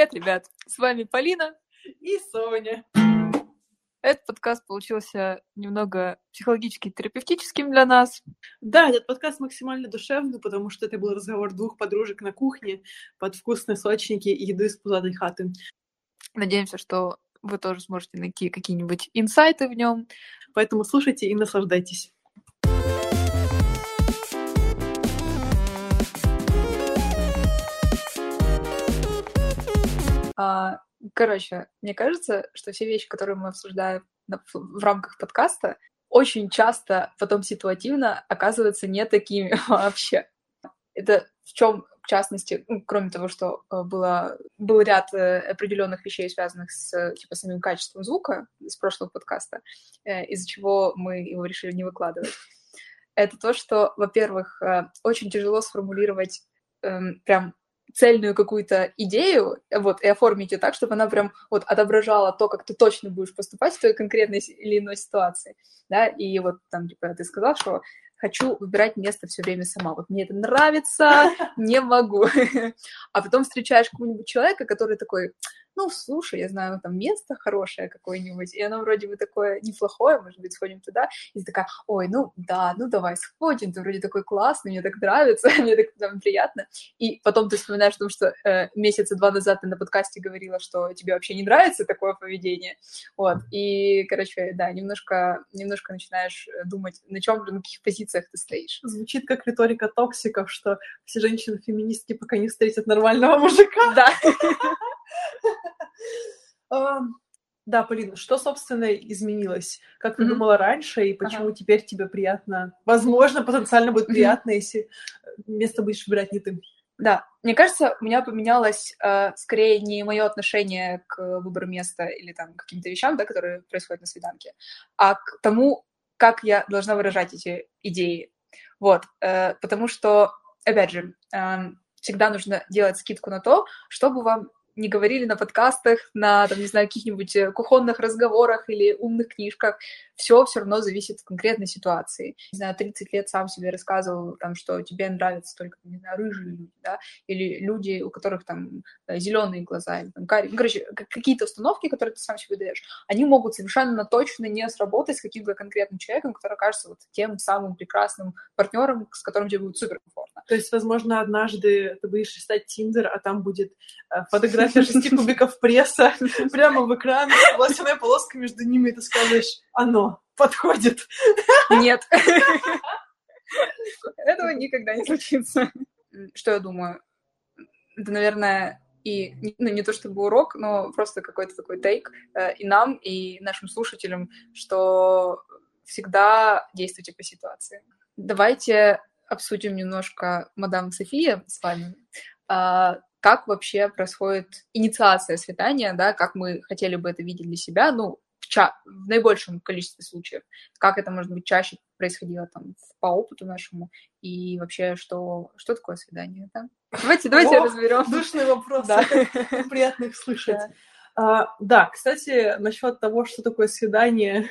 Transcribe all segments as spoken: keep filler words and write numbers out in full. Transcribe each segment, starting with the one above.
Привет, ребят! С вами Полина и Соня. Этот подкаст получился немного психологически терапевтическим для нас. Да, этот подкаст максимально душевный, потому что это был разговор двух подружек на кухне под вкусные сочники и еду из пузатой хаты. Надеемся, что вы тоже сможете найти какие-нибудь инсайты в нем. Поэтому слушайте и наслаждайтесь. А, короче, мне кажется, что все вещи, которые мы обсуждаем в рамках подкаста, очень часто потом ситуативно оказываются не такими вообще. Это в чем, в частности, ну, кроме того, что было, был ряд определенных вещей, связанных с типа самим качеством звука с прошлого подкаста, из-за чего мы его решили не выкладывать. Это то, что, во-первых, очень тяжело сформулировать эм, прям цельную какую-то идею, вот, и оформить ее так, чтобы она прям вот отображала то, как ты точно будешь поступать в той конкретной или иной ситуации, да, и вот там, типа, ты сказал, что хочу выбирать место все время сама, вот мне это нравится, не могу, а потом встречаешь какого-нибудь человека, который такой, ну, слушай, я знаю, там место хорошее какое-нибудь, и оно вроде бы такое неплохое, может быть, сходим туда, и ты такая, ой, ну, да, ну, давай сходим, ты вроде такой классный, мне так нравится, мне так там приятно, и потом ты вспоминаешь о том, что э, месяца два назад ты на подкасте говорила, что тебе вообще не нравится такое поведение, вот, и, короче, да, немножко, немножко начинаешь думать, на чем, на каких позициях ты стоишь. Звучит как риторика токсиков, что все женщины-феминистки пока не встретят нормального мужика. Да. Да, Полина, что, собственно, изменилось? Как ты mm-hmm. думала раньше, и почему uh-huh. теперь тебе приятно? Возможно, потенциально будет приятно, mm-hmm. если место будешь выбирать не ты. Да, мне кажется, у меня поменялось э, скорее не мое отношение к выбору места или там каким-то вещам, да, которые происходят на свиданке, а к тому, как я должна выражать эти идеи. Вот, э, потому что, опять же, э, всегда нужно делать скидку на то, чтобы вам не говорили на подкастах, на, там, не знаю, каких-нибудь кухонных разговорах или умных книжках. Все все равно зависит от конкретной ситуации. Не знаю, тридцать лет сам себе рассказывал, там, что тебе нравятся только, не знаю, рыжие люди, да, или люди, у которых там да, зеленые глаза, или там карие. Ну, короче, какие-то установки, которые ты сам себе даешь, они могут совершенно точно не сработать с каким-то конкретным человеком, который окажется вот тем самым прекрасным партнером, с которым тебе будет суперкомфортно. То есть, возможно, однажды ты будешь листать Тиндер, а там будет фотография шести кубиков пресса прямо в экран, волосяная полоска между ними, и ты скажешь, оно подходит. Нет. Этого никогда не случится. Что я думаю? Это, наверное, и ну, не то чтобы урок, но просто какой-то такой тейк и нам, и нашим слушателям, что всегда действуйте по ситуации. Давайте обсудим немножко, мадам София, с вами, как вообще происходит инициация свидания, да, как мы хотели бы это видеть для себя, ну, в, ча- в наибольшем количестве случаев, как это, может быть, чаще происходило там по опыту нашему, и вообще, что, что такое свидание, да? Давайте, давайте О, разберем. Душный вопрос, да. Приятно их слышать. Да. А, да, кстати, насчет того, что такое свидание,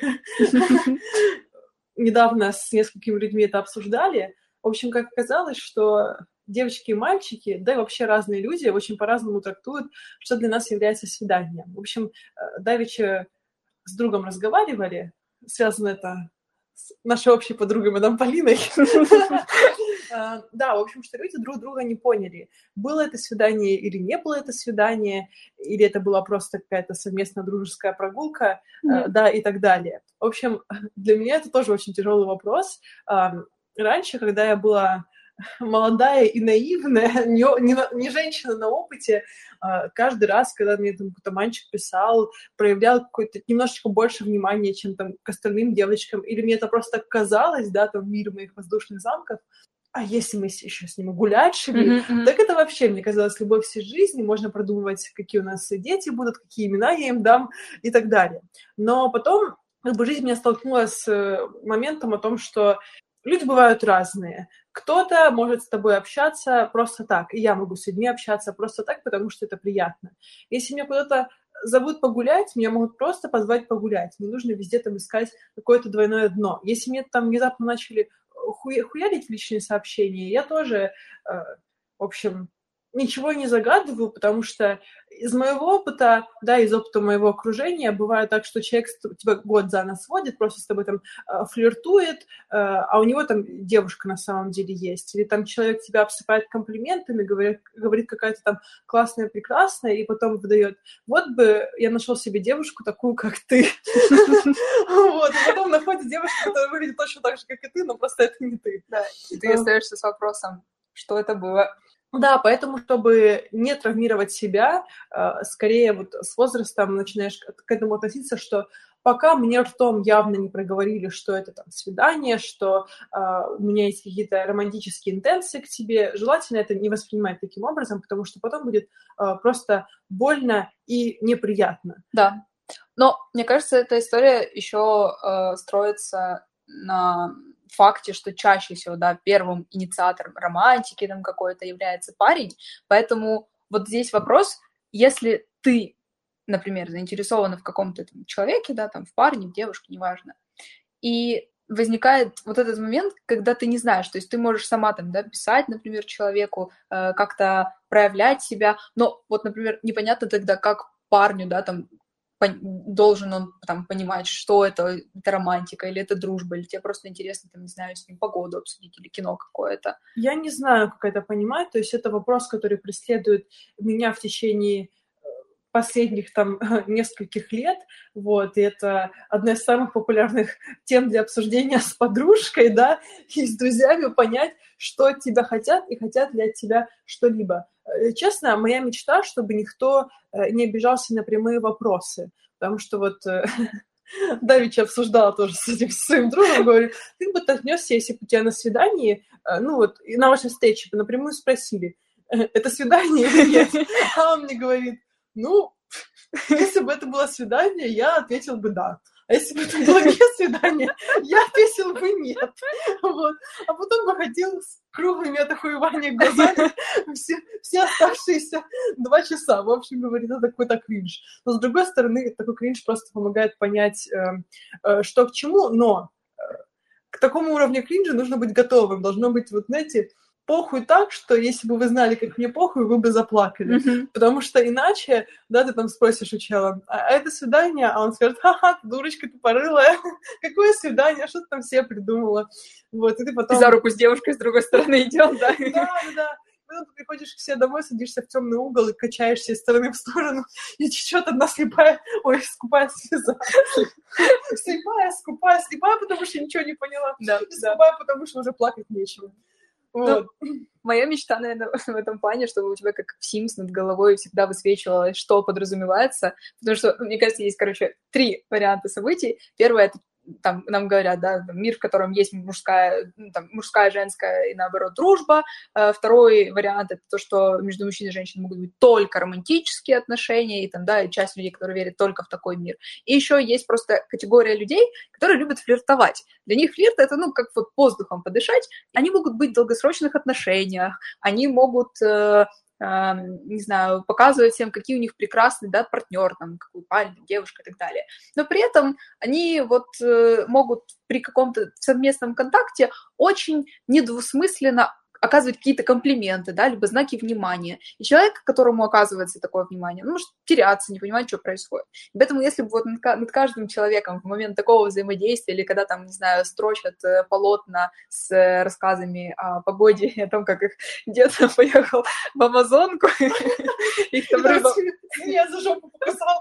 недавно с несколькими людьми это обсуждали. В общем, как оказалось, что девочки и мальчики, да и вообще разные люди очень по-разному трактуют, что для нас является свиданием. В общем, давеча с другом разговаривали, связано это с нашей общей подругой мадам Полиной. Да, в общем, что люди друг друга не поняли, было это свидание или не было это свидание, или это была просто какая-то совместная дружеская прогулка, да, и так далее. В общем, для меня это тоже очень тяжелый вопрос. Раньше, когда я была молодая и наивная, не, не, не женщина на опыте, каждый раз, когда мне там какой-то мальчик писал, проявлял какое-то немножечко больше внимания, чем там к остальным девочкам, или мне это просто казалось, да, там в мире моих воздушных замков, а если мы еще с ним гулять шли, mm-hmm, mm-hmm. так это вообще, мне казалось, любовь всей жизни, можно продумывать, какие у нас дети будут, какие имена я им дам и так далее. Но потом, как бы, жизнь меня столкнула с моментом о том, что люди бывают разные. Кто-то может с тобой общаться просто так, и я могу с людьми общаться просто так, потому что это приятно. Если меня куда-то зовут погулять, меня могут просто позвать погулять. Не нужно везде там искать какое-то двойное дно. Если мне там внезапно начали хуя- хуярить в личные сообщения, я тоже, э, в общем, ничего не загадываю, потому что из моего опыта, да, из опыта моего окружения бывает так, что человек тебя год за нос водит, просто с тобой там э, флиртует, э, а у него там девушка на самом деле есть. Или там человек тебя обсыпает комплиментами, говорит, говорит какая-то там классная, прекрасная, и потом выдает: вот бы я нашел себе девушку такую, как ты. Вот, и потом находит девушку, которая выглядит точно так же, как и ты, но просто это не ты. Да, и ты остаешься с вопросом, что это было. Да, поэтому, чтобы не травмировать себя, скорее вот с возрастом начинаешь к этому относиться, что пока мне ртом явно не проговорили, что это там свидание, что у меня есть какие-то романтические интенции к тебе, желательно это не воспринимать таким образом, потому что потом будет просто больно и неприятно. Да, но мне кажется, эта история еще э, строится на факте, что чаще всего, да, первым инициатором романтики там какой-то является парень, поэтому вот здесь вопрос, если ты, например, заинтересована в каком-то там человеке, да, там в парне, в девушке, неважно, и возникает вот этот момент, когда ты не знаешь, то есть ты можешь сама там, да, писать, например, человеку, э, как-то проявлять себя, но вот, например, непонятно тогда, как парню, да, там, должен он там понимать, что это, это романтика, или это дружба, или тебе просто интересно, там, не знаю, с ним погоду обсудить, или кино какое-то. Я не знаю, как это понимать, то есть это вопрос, который преследует меня в течение последних там нескольких лет, вот, и это одна из самых популярных тем для обсуждения с подружкой, да, и с друзьями, понять, что от тебя хотят и хотят ли от тебя что-либо. Честно, моя мечта, чтобы никто не обижался на прямые вопросы, потому что вот давеча обсуждала тоже с этим своим другом, говорю, ты бы так отнесся, если бы у тебя на свидании, ну вот, на вашей встрече бы напрямую спросили, это свидание или нет? А он мне говорит: ну, если бы это было свидание, я ответил бы да. А если бы это было не свидание, я ответил бы нет. Вот. А потом бы ходил с круглыми от охуевания глазами все, все оставшиеся два часа. В общем, говорит, это какой-то кринж. Но, с другой стороны, такой кринж просто помогает понять, э, э, что к чему. Но э, к такому уровню кринжа нужно быть готовым. Должно быть, вот, знаете, похуй так, что если бы вы знали, как мне похуй, вы бы заплакали. Mm-hmm. Потому что иначе, да, ты там спросишь у чела, а это свидание? А он скажет: ха-ха, ты дурочка тупорылая, какое свидание, что ты там себе придумала? Вот, и ты потом... И за руку с девушкой с другой стороны идёт, да? Да, да, да. Потом ты приходишь к себе домой, садишься в темный угол и качаешься из стороны в сторону, и течет одна слепая, ой, скупая слеза. Слепая, скупая, слепая, потому что ничего не поняла. Да, и скупая, потому что уже плакать нечего. Вот. Ну, моя мечта, наверное, в этом плане, чтобы у тебя как в Sims над головой всегда высвечивалось, что подразумевается, потому что, мне кажется, есть, короче, три варианта событий. Первое — это там нам говорят, да, мир, в котором есть мужская, ну, там, мужская, женская и, наоборот, дружба. Второй вариант — это то, что между мужчиной и женщиной могут быть только романтические отношения, и там, да, и часть людей, которые верят только в такой мир. И еще есть просто категория людей, которые любят флиртовать. Для них флирт — это, ну, как вот воздухом подышать. Они могут быть в долгосрочных отношениях, они могут... не знаю, показывать всем, какие у них прекрасный, да, партнер, там, какой парень, девушка и так далее. Но при этом они вот э, могут при каком-то совместном контакте очень недвусмысленно оказывать какие-то комплименты, да, либо знаки внимания. И человек, которому оказывается такое внимание, он может теряться, не понимать, что происходит. И поэтому, если бы вот над каждым человеком в момент такого взаимодействия, или когда там, не знаю, строчат полотна с рассказами о погоде, о том, как их дед поехал в Амазонку, их там рыба... Я за жопу показала.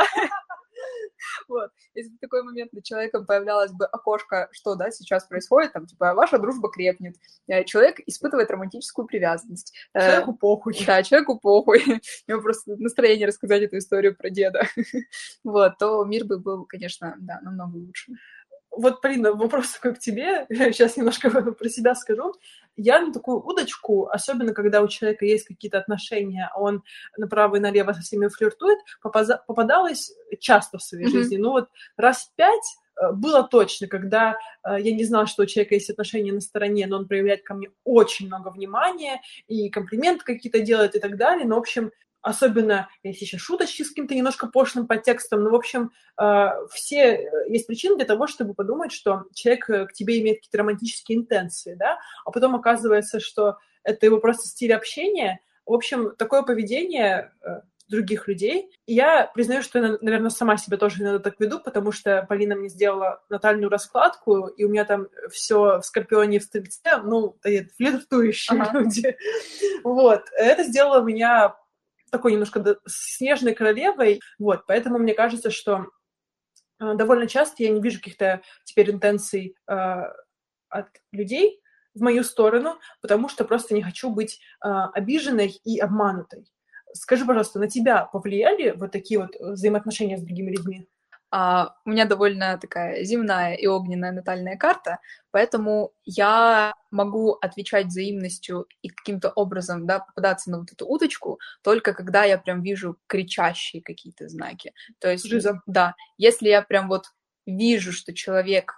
Вот. Если в такой момент над человеком появлялось бы окошко, что, да, сейчас происходит, там, типа, ваша дружба крепнет, человек испытывает романтическую привязанность. Человеку похуй. Да, человеку похуй. У него просто настроение рассказать эту историю про деда. Вот, то мир бы был, конечно, да, намного лучше. Вот, Полина, вопрос такой к тебе. Я сейчас немножко про себя скажу. Я на такую удочку, особенно когда у человека есть какие-то отношения, а он направо и налево со всеми флиртует, попадалась часто в своей mm-hmm. жизни. Ну вот раз пять было точно, когда я не знала, что у человека есть отношения на стороне, но он проявляет ко мне очень много внимания, и комплименты какие-то делает и так далее. Но, в общем, особенно если еще шуточки с каким-то немножко пошлым подтекстом, ну, в общем, все есть причины для того, чтобы подумать, что человек к тебе имеет какие-то романтические интенции, да, а потом оказывается, что это его просто стиль общения. В общем, такое поведение других людей. И я признаю, что я, наверное, сама себя тоже иногда так веду, потому что Полина мне сделала натальную раскладку, и у меня там все в Скорпионе и в Стрельце, ну, флиртующие ага. люди. Вот. Это сделало меня такой немножко снежной королевой. Вот. Поэтому мне кажется, что довольно часто я не вижу каких-то теперь интенций э, от людей в мою сторону, потому что просто не хочу быть э, обиженной и обманутой. Скажи, пожалуйста, на тебя повлияли вот такие вот взаимоотношения с другими людьми? А, у меня довольно такая земная и огненная натальная карта, поэтому я могу отвечать взаимностью и каким-то образом, да, попадаться на вот эту удочку, только когда я прям вижу кричащие какие-то знаки. То есть, Жиза. да, если я прям вот вижу, что человек,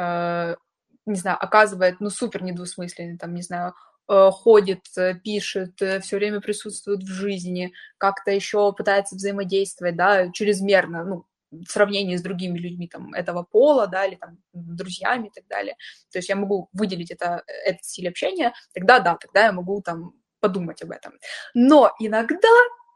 э, не знаю, оказывает, ну, супер недвусмысленный, там, не знаю, ходит, пишет, все время присутствует в жизни, как-то еще пытается взаимодействовать, да, чрезмерно, ну, в сравнении с другими людьми там, этого пола, да, или там друзьями и так далее. То есть я могу выделить это, этот стиль общения, тогда да, тогда я могу там подумать об этом. Но иногда,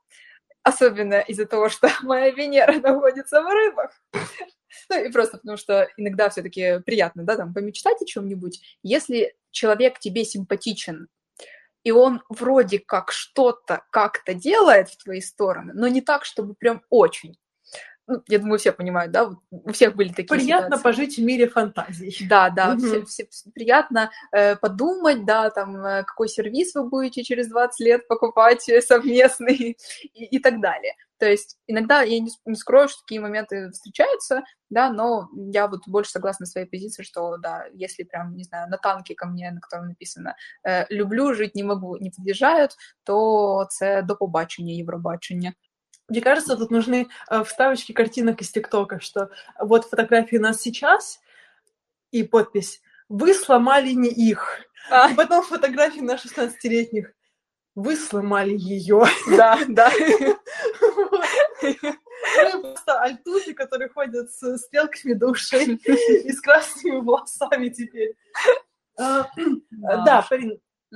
особенно из-за того, что моя Венера находится в рыбах, ну и просто потому что иногда все-таки приятно, да, там, помечтать о чем-нибудь. Если человек тебе симпатичен, и он вроде как что-то как-то делает в твои стороны, но не так, чтобы прям очень. Ну, я думаю, все понимают, да, у всех были такие приятно ситуации. Пожить в мире фантазий. Да, да, угу. все, все, приятно э, подумать, да, там, э, какой сервис вы будете через двадцать лет покупать совместный и, и так далее. То есть иногда, я не, не скрою, что такие моменты встречаются, да, но я вот больше согласна с своей позиции, что, да, если прям, не знаю, на танке ко мне, на котором написано э, «люблю, жить не могу», не подъезжают, то це до побачення, Євробачення. Мне кажется, тут нужны э, вставочки картинок из ТикТока, что вот фотографии нас сейчас и подпись «Вы сломали не их». А. И потом фотографии на шестнадцатилетних «Вы сломали ее». Да, да. Просто альтузы, которые ходят с стрелками до ушей и с красными волосами теперь. Да, Полин.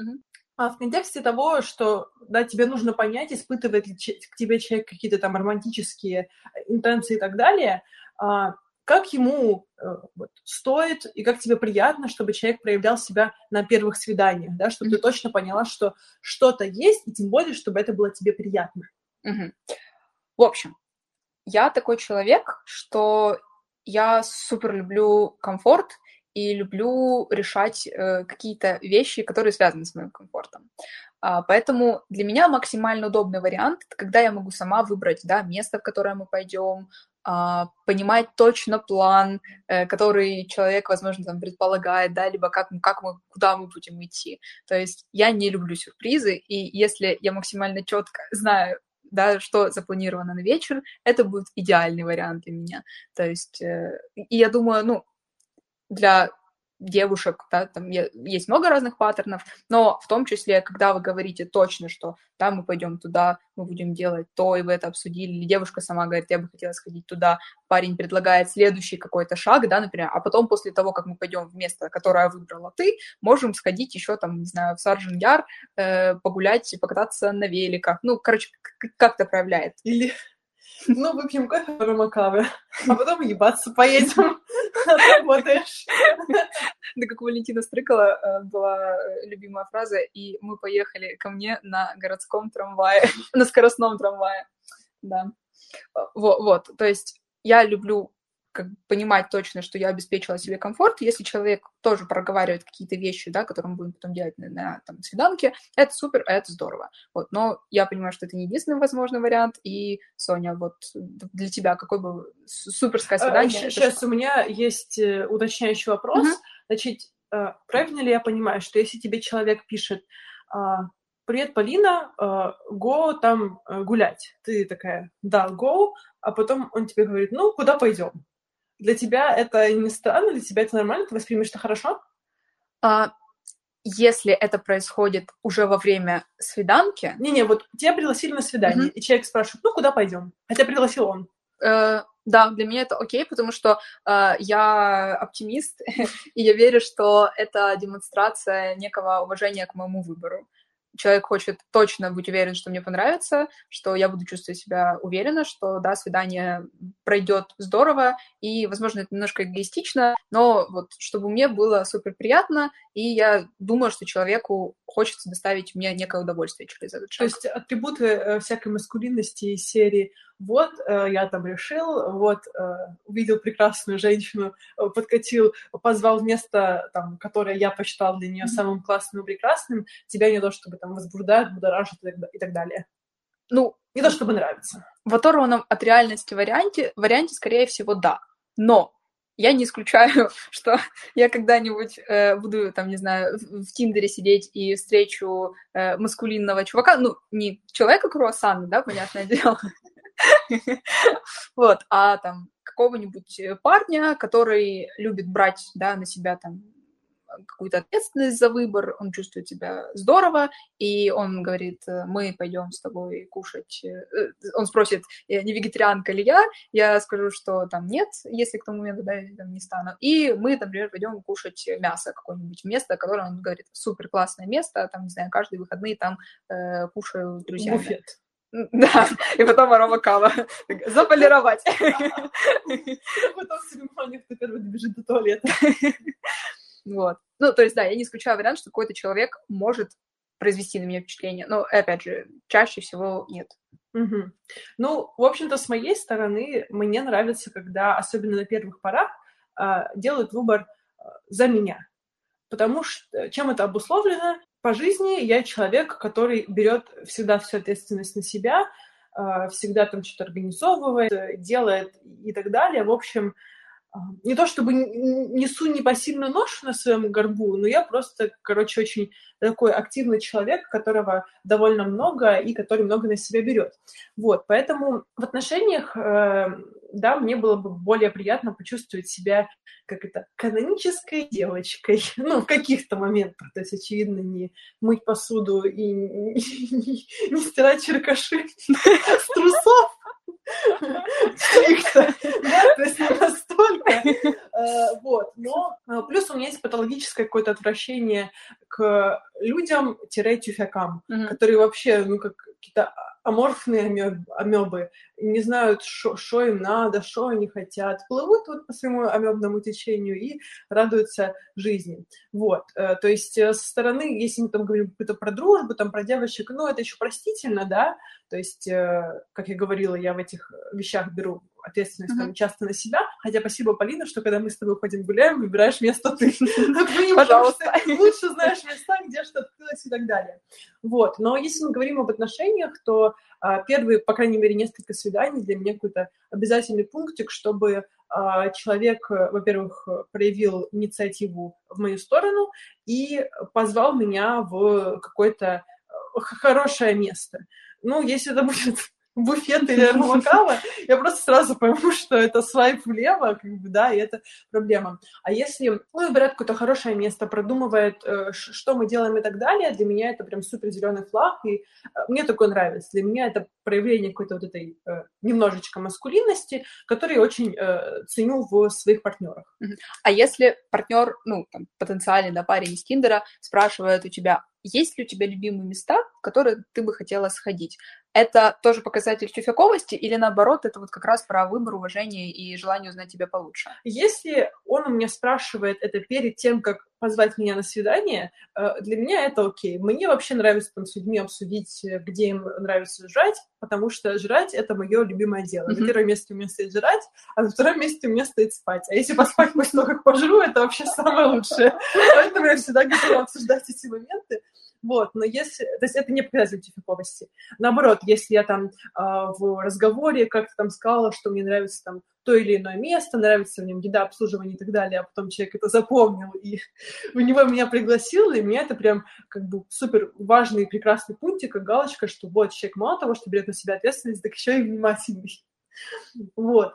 А в контексте того, что, да, тебе нужно понять, испытывает ли к тебе человек какие-то там романтические интенции и так далее, как ему вот, стоит и как тебе приятно, чтобы человек проявлял себя на первых свиданиях, да, чтобы mm-hmm. ты точно поняла, что что-то есть, и тем более, чтобы это было тебе приятно. Mm-hmm. В общем, я такой человек, что я супер люблю комфорт, и люблю решать э, какие-то вещи, которые связаны с моим комфортом. А, поэтому для меня максимально удобный вариант, это когда я могу сама выбрать, да, место, в которое мы пойдем, а, понимать точно план, э, который человек, возможно, там, предполагает, да, либо как, как мы, куда мы будем идти. То есть я не люблю сюрпризы, и если я максимально четко знаю, да, что запланировано на вечер, это будет идеальный вариант для меня. То есть, э, и я думаю, ну, для девушек, да, там есть много разных паттернов, но в том числе, когда вы говорите точно, что да, мы пойдем туда, мы будем делать то, и вы это обсудили, или девушка сама говорит, я бы хотела сходить туда, парень предлагает следующий какой-то шаг, да, например, а потом после того, как мы пойдем в место, которое выбрала ты, можем сходить еще там, не знаю, в Саржен-Яр, э, погулять, покататься на великах, ну, короче, как-то проявляет. Или... Ну, выпьем кофе, аромакавы, а потом ебаться поедем. Работаешь. Да, как у Валентина Стрыкала была любимая фраза, и мы поехали ко мне на городском трамвае, на скоростном трамвае. Да. Вот, вот. То есть я люблю как бы понимать точно, что я обеспечила себе комфорт. Если человек тоже проговаривает какие-то вещи, да, которые мы будем потом делать на, на там, свиданке, это супер, это здорово. Вот. Но я понимаю, что это не единственный возможный вариант. И, Соня, вот для тебя какой бы суперское свидание? Сейчас у меня есть уточняющий вопрос. Uh-huh. Значит, правильно ли я понимаю, что если тебе человек пишет «Привет, Полина, го там гулять», ты такая «Да, go», а потом он тебе говорит «Ну, куда пойдем?» Для тебя это не странно, для тебя это нормально, ты воспримешь это хорошо? А, если это происходит уже во время свиданки... Не-не, вот тебя пригласили на свидание, mm-hmm. и человек спрашивает, ну, куда пойдем? А тебя пригласил он. Э, да, для меня это окей, потому что э, я оптимист, и я верю, что это демонстрация некого уважения к моему выбору. человек хочет точно быть уверен, что мне понравится, что я буду чувствовать себя уверенно, что, да, свидание пройдет здорово, и, возможно, это немножко эгоистично, но вот чтобы мне было супер приятно, и я думаю, что человеку хочется доставить мне некое удовольствие через этот шаг. То есть атрибуты э, всякой маскулинности из серии «вот, э, я там решил», «вот, э, увидел прекрасную женщину, э, подкатил, позвал в место, там, которое я посчитал для нее самым классным и прекрасным», тебя не то чтобы там возбуждают, будоражат и так, и так далее. Ну, не то чтобы нравится. В оторванном от реальности варианте, варианте, скорее всего, да. Но я не исключаю, что я когда-нибудь э, буду, там, не знаю, в, в Тиндере сидеть и встречу э, маскулинного чувака, ну, не человека-круассана, да, понятное дело, вот, а там какого-нибудь парня, который любит брать, да, на себя там какую-то ответственность за выбор, он чувствует себя здорово, и он говорит, мы пойдем с тобой кушать. Он спросит, не вегетарианка ли я, я скажу, что там нет, если к тому моменту, да, я там не стану, и мы, например, пойдем кушать мясо какое-нибудь место, которое он говорит, супер классное место, там, не знаю, каждые выходные там э, кушаю с друзьями. Буфет. Да, и потом арома кава. Заполировать. Потом церемония, кто первый добежит до туалета. Вот. Ну, то есть, да, я не исключаю вариант, что какой-то человек может произвести на меня впечатление, но, опять же, чаще всего нет. Угу. Ну, в общем-то, с моей стороны, мне нравится, когда, особенно на первых порах, делают выбор за меня. Потому что, чем это обусловлено? По жизни я человек, который берет всегда всю ответственность на себя, всегда там что-то организовывает, делает и так далее. В общем, не то чтобы несу непосильную ношу на своем горбу, но я просто, короче, очень такой активный человек, которого довольно много и который много на себя берет. Вот, поэтому в отношениях, да, мне было бы более приятно почувствовать себя как это, канонической девочкой, ну, в каких-то моментах, то есть, очевидно, не мыть посуду и не, не, не стирать черкаши с трусов, чьих-то, да, то есть не настолько, вот, но плюс у меня есть патологическое какое-то отвращение к людям-тюфякам, mm-hmm. которые вообще, ну, как какие-то аморфные амебы, не знают, что им надо, что они хотят, плывут вот по своему амебному течению и радуются жизни. Вот, то есть со стороны, если мы там говорим про дружбу, там про девочек, ну, это еще простительно, да, то есть, как я говорила, я в этих вещах беру ответственность mm-hmm. там, часто на себя, хотя спасибо, Полина, что когда мы с тобой ходим гуляем, выбираешь место ты. Пожалуйста. Лучше знаешь места, где что открылось и так далее. Вот, но если мы говорим об отношениях, то первые, по крайней мере, несколько свиданий для меня какой-то обязательный пунктик, чтобы человек, во-первых, проявил инициативу в мою сторону и позвал меня в какое-то хорошее место. Ну, если это будет буфет или аромакава, я просто сразу пойму, что это свайп влево, как бы, да, и это проблема. А если он выбирает какое-то хорошее место, продумывает, что мы делаем и так далее, для меня это прям супер зеленый флаг, и мне такое нравится. Для меня это проявление какой-то вот этой немножечко маскулинности, которую я очень ценю в своих партнерах. А если партнер, ну, там, потенциальный, да, парень из Тиндера спрашивает у тебя, есть ли у тебя любимые места, в которые ты бы хотела сходить? Это тоже показатель тюфяковости или, наоборот, это вот как раз про выбор, уважение и желание узнать тебя получше? Если он у меня спрашивает это перед тем, как позвать меня на свидание, для меня это окей. Мне вообще нравится там с людьми обсудить, где им нравится жрать, потому что жрать — это мое любимое дело. Mm-hmm. На первом месте у меня стоит жрать, а на втором месте у меня стоит спать. А если поспать после того, как пожру, это вообще самое лучшее. Поэтому я всегда готова обсуждать эти моменты. Вот, но если... То есть это не показатель тюфяковости. Наоборот, если я там э, в разговоре как-то там сказала, что мне нравится там то или иное место, нравится в нем еда, обслуживание и так далее, а потом человек это запомнил и в него меня пригласил, и мне это прям как бы супер важный и прекрасный пунктик, как галочка, что вот человек мало того, что берет на себя ответственность, так еще и внимательный. Вот.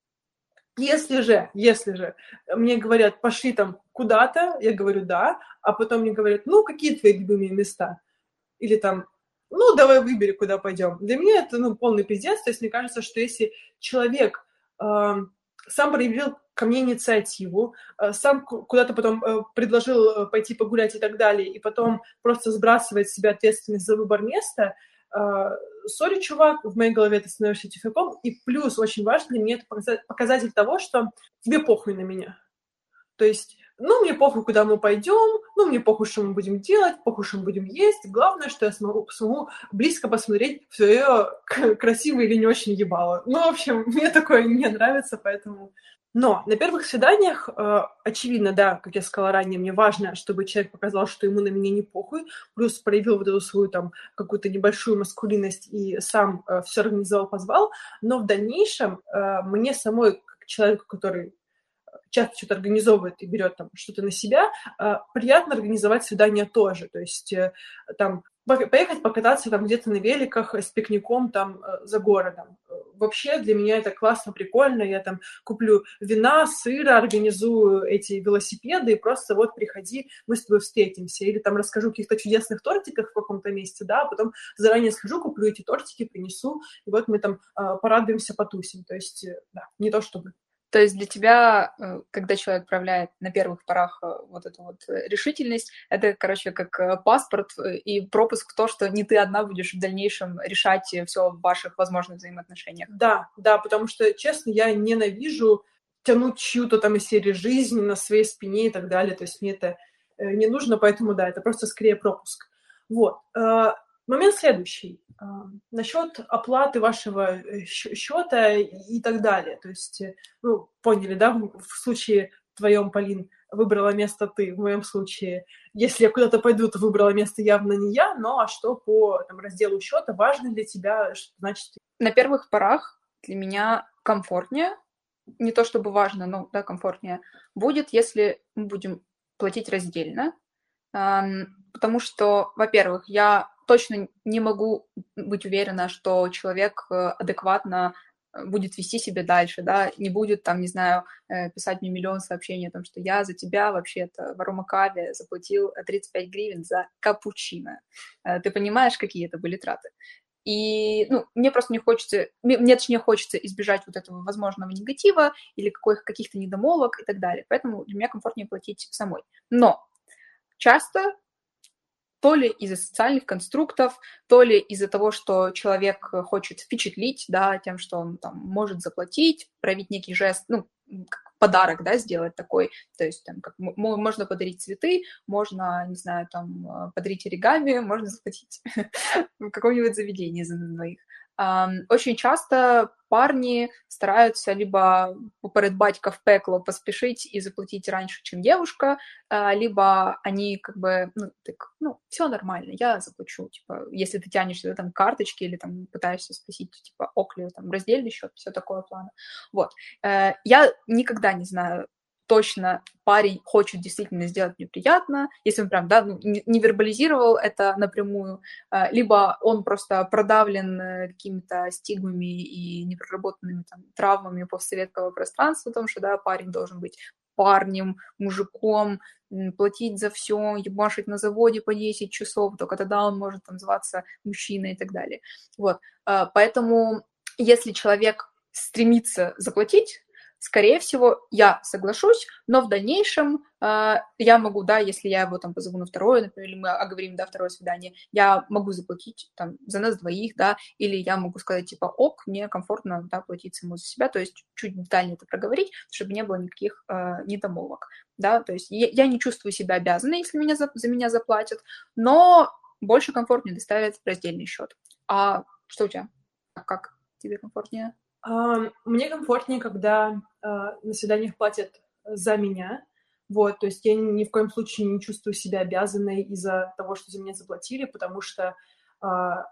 Если же, если же мне говорят, пошли там куда-то, я говорю да, а потом мне говорят, ну, какие твои любимые места? Или там, ну, давай выбери, куда пойдем. Для меня это, ну, полный пиздец, то есть мне кажется, что если человек э, сам проявил ко мне инициативу, сам куда-то потом предложил пойти погулять и так далее, и потом просто сбрасывает с себя ответственность за выбор места, сори, чувак, в моей голове ты становишься тюфяком, и плюс очень важно для меня это показатель того, что тебе похуй на меня. То есть, ну, мне похуй, куда мы пойдем, ну, мне похуй, что мы будем делать, похуй, что мы будем есть. Главное, что я смогу, смогу близко посмотреть в свое красивое или не очень ебало. Ну, в общем, мне такое не нравится, поэтому... Но на первых свиданиях, э, очевидно, да, как я сказала ранее, мне важно, чтобы человек показал, что ему на меня не похуй, плюс проявил вот эту свою там какую-то небольшую маскулинность и сам э, все организовал, позвал. Но в дальнейшем э, мне самой, как человеку, который часто что-то организовывает и берет там что-то на себя, э, приятно организовать свидание тоже. То есть э, там поехать покататься там где-то на великах с пикником там э, за городом. Вообще для меня это классно, прикольно. Я там куплю вина, сыра, организую эти велосипеды и просто вот приходи, мы с тобой встретимся. Или там расскажу о каких-то чудесных тортиках в каком-то месте, да, а потом заранее схожу, куплю эти тортики, принесу, и вот мы там э, порадуемся, потусим. То есть, э, да, не то чтобы... То есть для тебя, когда человек проявляет на первых порах вот эту вот решительность, это, короче, как паспорт и пропуск в то, что не ты одна будешь в дальнейшем решать все в ваших возможных взаимоотношениях. Да, да, потому что, честно, я ненавижу тянуть чью-то там из серии жизни на своей спине и так далее. То есть мне это не нужно, поэтому, да, это просто скорее пропуск. Вот. Момент следующий. Насчет оплаты вашего счета и так далее. То есть, ну, поняли, да, в случае твоем, Полин, выбрала место ты, в моем случае, если я куда-то пойду, то выбрала место явно не я, но а что по там, разделу счета важно для тебя, что значит... На первых порах для меня комфортнее, не то чтобы важно, но да, комфортнее будет, если мы будем платить раздельно, потому что, во-первых, я точно не могу быть уверена, что человек адекватно будет вести себя дальше, да, не будет там, не знаю, писать мне миллион сообщений о том, что я за тебя вообще-то в Аромакаве заплатил тридцать пять гривен за капучино. Ты понимаешь, какие это были траты? И, ну, мне просто не хочется, мне, точнее, хочется избежать вот этого возможного негатива или каких- каких-то недомолвок и так далее. Поэтому для меня комфортнее платить самой. Но часто то ли из-за социальных конструктов, то ли из-за того, что человек хочет впечатлить, да, тем, что он там может заплатить, проявить некий жест, ну, как подарок, да, сделать такой, то есть там как можно подарить цветы, можно, не знаю, там подарить оригами, можно заплатить в каком-нибудь заведении за двоих. Очень часто парни стараются либо поперед батька в пекло поспешить и заплатить раньше, чем девушка, либо они как бы, ну, так, ну, все нормально, я заплачу, типа, если ты тянешься до там карточки или там пытаешься спросить, типа, ок ли, там, раздельный счет, все такое плана. Вот. Я никогда не знаю точно, парень хочет действительно сделать мне приятно, если он прям, да, ну, не вербализировал это напрямую, либо он просто продавлен какими-то стигмами и непроработанными там травмами постсоветского пространства, о том, что, да, парень должен быть парнем, мужиком, платить за все, ебашить на заводе по десять часов, только тогда он может там зваться мужчиной и так далее. Вот. Поэтому, если человек стремится заплатить, скорее всего, я соглашусь, но в дальнейшем э, я могу, да, если я его там позову на второе, например, или мы оговорим, да, второе свидание, я могу заплатить там за нас двоих, да, или я могу сказать, типа, ок, мне комфортно, да, платить самому за себя, то есть чуть детальнее это проговорить, чтобы не было никаких э, недомолвок, да, то есть я, я не чувствую себя обязанной, если меня за, за меня заплатят, но больше комфортнее доставить раздельный счет. А что у тебя? Как тебе комфортнее? Мне комфортнее, когда э, на свиданиях платят за меня, вот, то есть я ни в коем случае не чувствую себя обязанной из-за того, что за меня заплатили, потому что, э,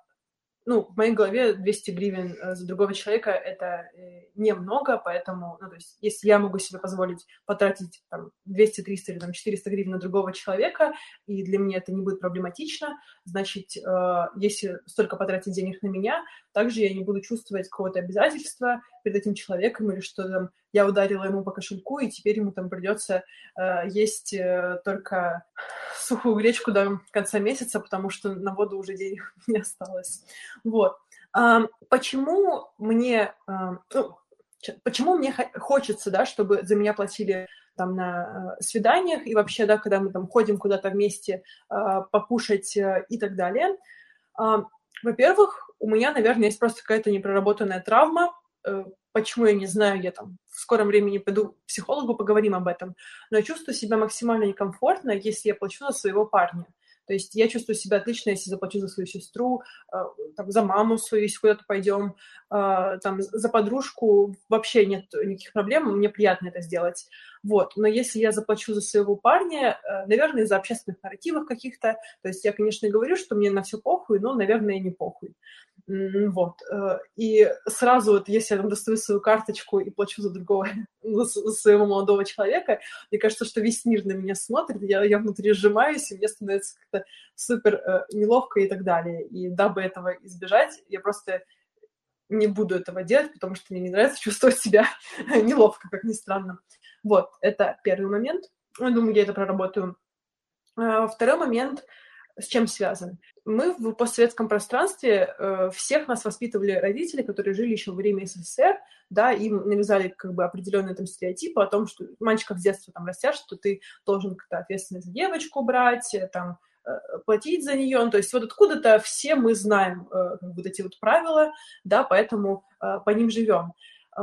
ну, в моей голове двести гривен за другого человека — это немного, поэтому, ну, то есть если я могу себе позволить потратить там двести, триста или там четыреста гривен на другого человека, и для меня это не будет проблематично, значит, э, если столько потратить денег на меня, также я не буду чувствовать какого-то обязательства перед этим человеком, или что там я ударила ему по кошельку, и теперь ему там придется э, есть э, только сухую гречку до конца месяца, потому что на воду уже денег не осталось. Вот. А, почему мне... А, ну, почему мне хочется, да, чтобы за меня платили там на свиданиях и вообще, да, когда мы там ходим куда-то вместе покушать и так далее. Во-первых, у меня, наверное, есть просто какая-то непроработанная травма. Почему, я не знаю, я там в скором времени пойду к психологу, поговорим об этом. Но я чувствую себя максимально некомфортно, если я плачу за своего парня. То есть я чувствую себя отлично, если заплачу за свою сестру, там, за маму свою, если куда-то пойдем, там, за подружку. Вообще нет никаких проблем, мне приятно это сделать. Вот. Но если я заплачу за своего парня, наверное, из-за общественных нарративов каких-то, то есть я, конечно, говорю, что мне на все похуй, но, наверное, не похуй. Вот. И сразу вот, если я там достаю свою карточку и плачу за другого, за своего молодого человека, мне кажется, что весь мир на меня смотрит, я, я внутри сжимаюсь, и мне становится как-то супер э, неловко и так далее. И дабы этого избежать, я просто не буду этого делать, потому что мне не нравится чувствовать себя неловко, как ни странно. Вот, это первый момент. Я думаю, я это проработаю. А, второй момент с чем связан? Мы в постсоветском пространстве, э, всех нас воспитывали родители, которые жили еще во время СССР, да, им навязали как бы определенные там стереотипы о том, что мальчиков с детства там растят, что ты должен как-то ответственность за девочку брать, там, э, платить за нее, ну, то есть вот откуда-то все мы знаем э, вот эти вот правила, да, поэтому э, по ним живем. Э,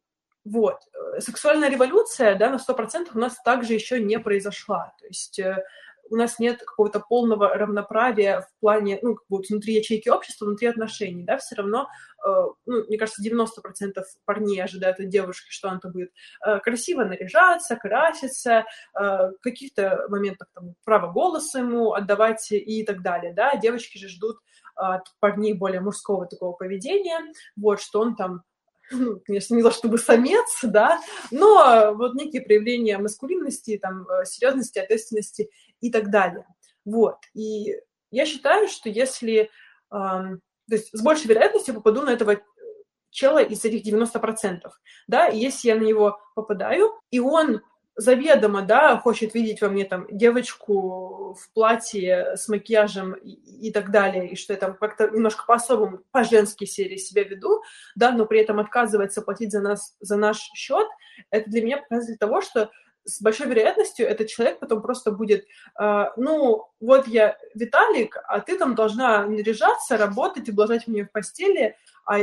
вот. Сексуальная революция, да, на сто процентов у нас также еще не произошла, то есть э, у нас нет какого-то полного равноправия в плане, ну, как бы вот внутри ячейки общества, внутри отношений, да, все равно, э, ну, мне кажется, девяносто процентов парней ожидают от девушки, что она-то будет э, красиво наряжаться, краситься, э, в каких-то моментах там право голоса ему отдавать и так далее, да, девочки же ждут от парней более мужского такого поведения, вот, что он там, ну, конечно, не то чтобы самец, да, но вот некие проявления маскулинности, там, серьезности, ответственности и так далее. Вот. И я считаю, что если... Э, то есть с большей вероятностью я попаду на этого чела из этих девяноста процентов, да, и если я на него попадаю, и он заведомо, да, хочет видеть во мне там девочку в платье с макияжем и, и так далее, и что я там как-то немножко по-особому, по-женски серии себя веду, да, но при этом отказывается платить за нас, за наш счет, это для меня показатель того, что с большой вероятностью этот человек потом просто будет, э, ну, вот я Виталик, а ты там должна наряжаться, работать, ублажать меня в постели, а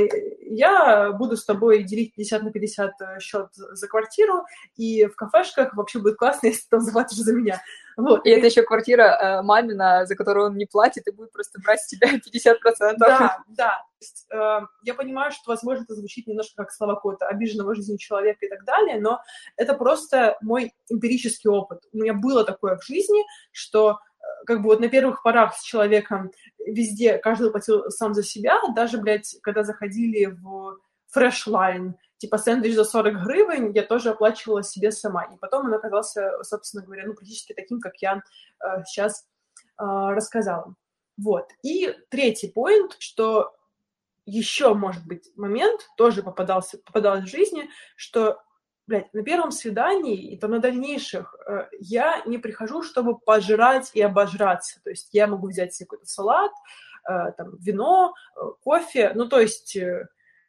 я буду с тобой делить пятьдесят на пятьдесят счет за квартиру, и в кафешках вообще будет классно, если ты там заплатишь за меня. Вот. И это еще квартира э, мамина, за которую он не платит, и будет просто брать с тебя пятьдесят процентов. Да, да. То есть, э, я понимаю, что, возможно, это звучит немножко как слова какого-то обиженного жизнью человека и так далее, но это просто мой эмпирический опыт. У меня было такое в жизни, что как бы вот на первых порах с человеком везде каждый платил сам за себя, даже, блядь, когда заходили в фреш-лайн, типа сэндвич за сорок гривен, я тоже оплачивала себе сама. И потом он оказался, собственно говоря, ну, практически таким, как я э, сейчас э, рассказала. Вот. И третий поинт, что еще, может быть, момент, тоже попадался, попадалось в жизни, что, блядь, на первом свидании и там на дальнейших э, я не прихожу, чтобы пожрать и обожраться. То есть я могу взять себе какой-то салат, э, там, вино, э, кофе, ну, то есть... Э,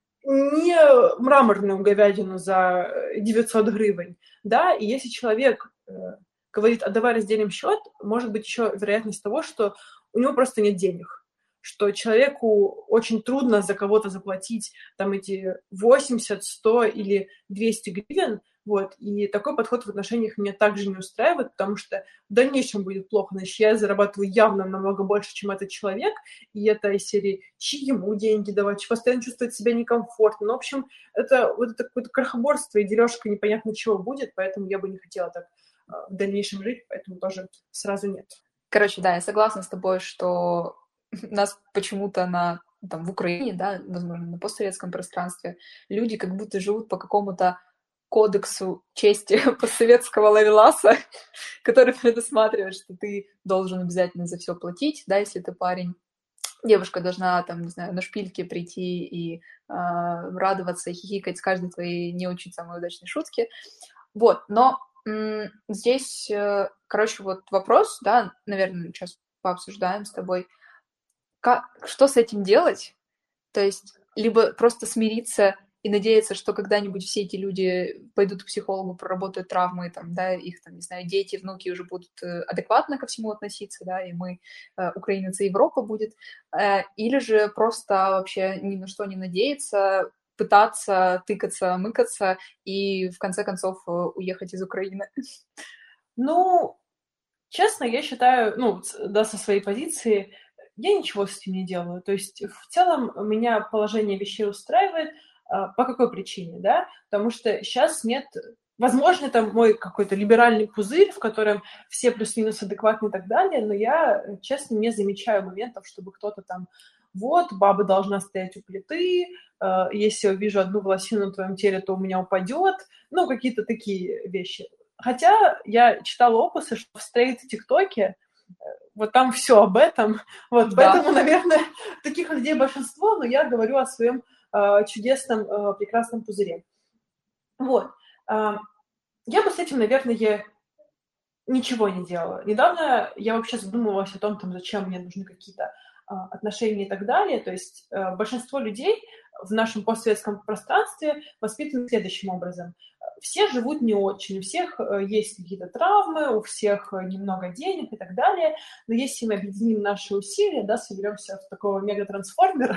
не мраморную говядину за девятьсот гривен, да, и если человек э, говорит, а давай разделим счет, может быть еще вероятность того, что у него просто нет денег, что человеку очень трудно за кого-то заплатить там эти восемьдесят, сто или двести гривен, вот, и такой подход в отношениях меня также не устраивает, потому что в дальнейшем будет плохо, значит, я зарабатываю явно намного больше, чем этот человек, и это из серии, чьи ему деньги давать, постоянно чувствовать себя некомфортно, ну, в общем, это вот это какое-то крохоборство и дележка непонятно чего будет, поэтому я бы не хотела так в дальнейшем жить, поэтому тоже сразу нет. Короче, да, я согласна с тобой, что нас почему-то на, там, в Украине, да, возможно, на постсоветском пространстве люди как будто живут по какому-то кодексу чести постсоветского ловеласа, который предусматривает, что ты должен обязательно за все платить, да, если ты парень. Девушка должна, там, не знаю, на шпильке прийти и э, радоваться, и хихикать с каждой твоей не очень самой удачной шутки. Вот, но м- здесь, э, короче, вот вопрос, да, наверное, сейчас пообсуждаем с тобой, как, что с этим делать? То есть либо просто смириться и надеяться, что когда-нибудь все эти люди пойдут к психологу, проработают травмы, там, да, их, там, не знаю, дети, внуки уже будут адекватно ко всему относиться, да, и мы, украинцы, Европа будет, или же просто вообще ни на что не надеяться, пытаться тыкаться, мыкаться и, в конце концов, уехать из Украины. Ну, честно, я считаю, ну, да, со своей позиции, я ничего с этим не делаю. То есть в целом меня положение вещей устраивает. По какой причине, да? Потому что сейчас нет... Возможно, это мой какой-то либеральный пузырь, в котором все плюс-минус адекватны и так далее, но я, честно, не замечаю моментов, чтобы кто-то там... Вот, баба должна стоять у плиты, если я вижу одну волосину на твоем теле, то у меня упадет. Ну, какие-то такие вещи. Хотя я читала опусы, что в стрейт-тиктоке вот там все об этом. Вот, да. Поэтому, наверное, таких людей большинство, но я говорю о своем э, чудесном, э, прекрасном пузыре. Вот. Э, я бы с этим, наверное, ничего не делала. Недавно я вообще задумывалась о том, там, зачем мне нужны какие-то э, отношения и так далее. То есть э, большинство людей в нашем постсоветском пространстве воспитаны следующим образом. Все живут не очень, у всех есть какие-то травмы, у всех немного денег и так далее, но если мы объединим наши усилия, да, соберемся в такого мегатрансформера,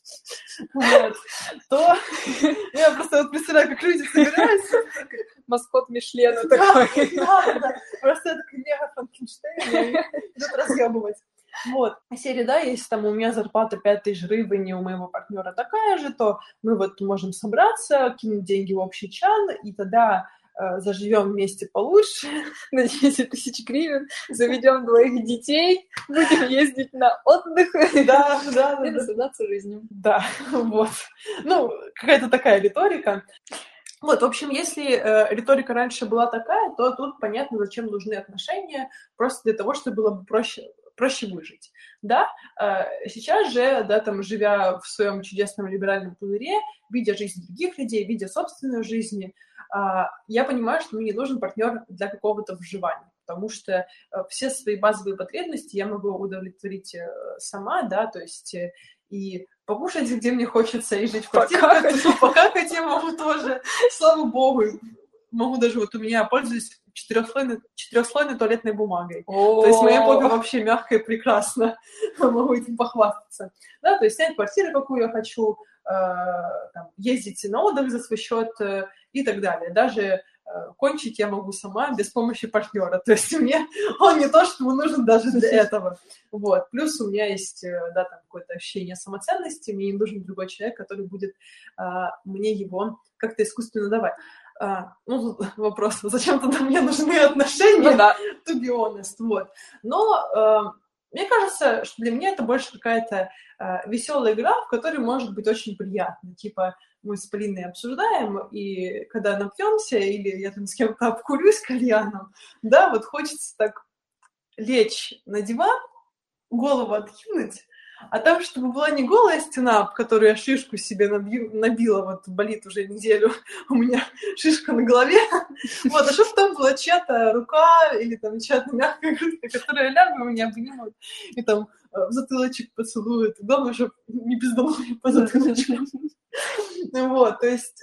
то я просто вот представляю, как люди собираются. Маскот Мишлена такой. Да, да, просто это как мега-Франкенштейн, идут разъебывать. Вот. Серия, да, если там у меня зарплата пять тысяч гривен, и у моего партнера такая же, то мы вот можем собраться, кинуть деньги в общий чан, и тогда э, заживем вместе получше. На десять тысяч гривен, заведем двоих детей, будем ездить на отдых. Да, да, да. И наслаждаться жизнью. Да, вот. Ну, какая-то такая риторика. Вот, в общем, если э, риторика раньше была такая, то тут понятно, зачем нужны отношения, просто для того, чтобы было бы проще проще выжить, да, сейчас же, да, там, живя в своем чудесном либеральном пузыре, видя жизнь других людей, видя собственную жизнь, я понимаю, что мне не нужен партнер для какого-то выживания, потому что все свои базовые потребности я могу удовлетворить сама, да, то есть и покушать, где мне хочется, и жить в квартире, покакать я могу тоже, слава богу, могу даже, вот у меня, пользуюсь четырехслойной, четырехслойной туалетной бумагой. О-о-о. То есть моя попа вообще мягкая и прекрасна. Могу этим похвастаться. Да, то есть снять квартиру, какую я хочу, э, там, ездить на отдых за свой счет э, и так далее. Даже э, кончить я могу сама без помощи партнера. То есть мне он не то, что ему нужен даже для этого. Вот. Плюс у меня есть, да, там какое-то ощущение самоценности. Мне не нужен другой человек, который будет э, мне его как-то искусственно давать. А, ну, тут вопрос, зачем тогда мне нужны отношения, ну, да. To be honest, вот. Но э, мне кажется, что для меня это больше какая-то э, веселая игра, в которой может быть очень приятно. Типа мы с Полиной обсуждаем, и когда напьемся, или я там с кем-то обкурюсь кальяном, да, вот хочется так лечь на диван, голову откинуть, а там, чтобы была не голая стена, в которую я шишку себе набью, набила, вот болит уже неделю, у меня шишка на голове, вот, а чтобы там была чья-то рука или там чья-то мягкая грудка, которая лягу, меня обнимут и там в затылочек поцелует, дома уже не пизданули по затылочку. Вот, то есть...